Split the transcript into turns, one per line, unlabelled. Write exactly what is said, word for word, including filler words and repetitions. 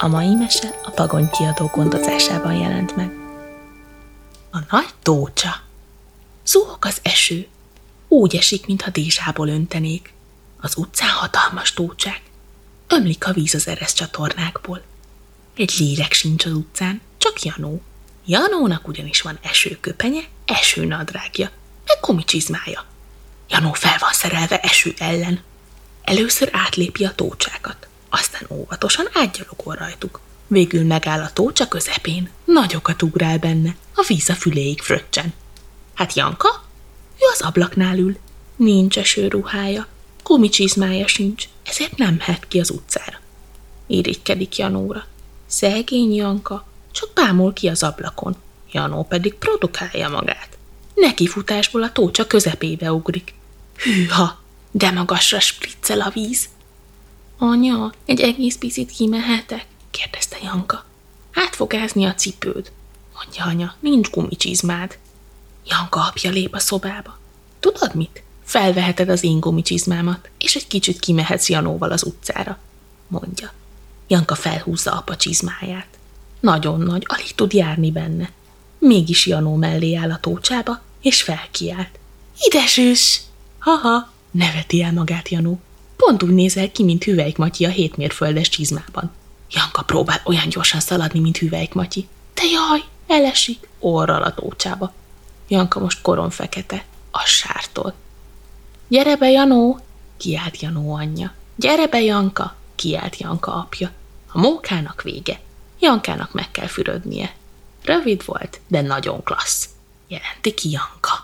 A mai mese a Pagony Kiadó gondozásában jelent meg. A nagy tócsa. Zuhog az eső. Úgy esik, mintha dézsából öntenék. Az utcán hatalmas tócsák. Ömlik a víz az eres csatornákból. Egy lélek sincs az utcán, csak Janó. Janónak ugyanis van esőköpenye, esőnadrágja, meg gumicsizmája. Janó fel van szerelve eső ellen. Először átlépi a tócsákat, aztán óvatosan átgyalogol rajtuk. Végül megáll a tócsa közepén, nagyokat ugrál benne, a víz a füléig fröccsen. Hát Janka? Ő az ablaknál ül. Nincs esőruhája, gumicsizmája sincs, ezért nem mehet ki az utcára. Irigykedik Janóra. Szegény Janka csak bámul ki az ablakon, Janó pedig produkálja magát. Nekifutásból a tócsa közepébe ugrik. Hűha, de magasra spriccel a víz. Anya, egy egész picit kimehetek? Kérdezte Janka. Át fog ázni a cipőd, mondja anya, nincs gumicsizmád. Janka apja lép a szobába. Tudod mit? Felveheted az én gumicsizmámat, és egy kicsit kimehetsz Janóval az utcára, mondja. Janka felhúzza apa csizmáját. Nagyon nagy, alig tud járni benne. Mégis Janó mellé áll a tócsába, és felkiált. Ide süss! Haha, neveti el magát Janó. Pont úgy nézel ki, mint Hüvelyk Matyi a hétmérföldes csizmában. Janka próbál olyan gyorsan szaladni, mint Hüvelyk Matyi. De jaj, elesik, orral a tócsába. Janka most koron fekete, a sártól. Gyere be, Janó! Kiált Janó anyja. Gyere be, Janka! Kiált Janka apja. A mókának vége. Jankának meg kell fürödnie. Rövid volt, de nagyon klassz. Jelenti ki Janka.